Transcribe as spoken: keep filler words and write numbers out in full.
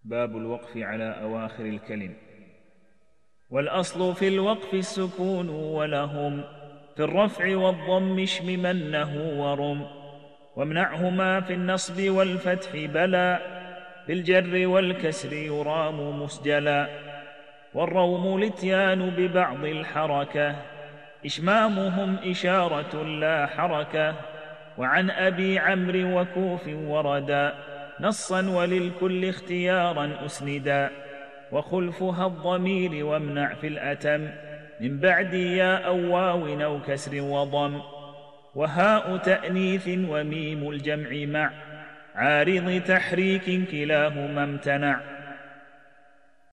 باب الوقف على أواخر الكلم. والأصل في الوقف السكون ولهم في الرفع والضم اشممنه ورم، وامنعهما في النصب والفتح بلا، بالجر والكسر يرام مسجلا. والروم الاتيان ببعض الحركة، إشمامهم إشارة لا حركة. وعن أبي عمرو وكوف وردا نصا وللكل اختيارا أسندا. وخلفها الضمير وامنع في الأتم من بعد يا أو واو أو كسر وضم. وهاء تأنيث وميم الجمع مع عارض تحريك كلاهما امتنع.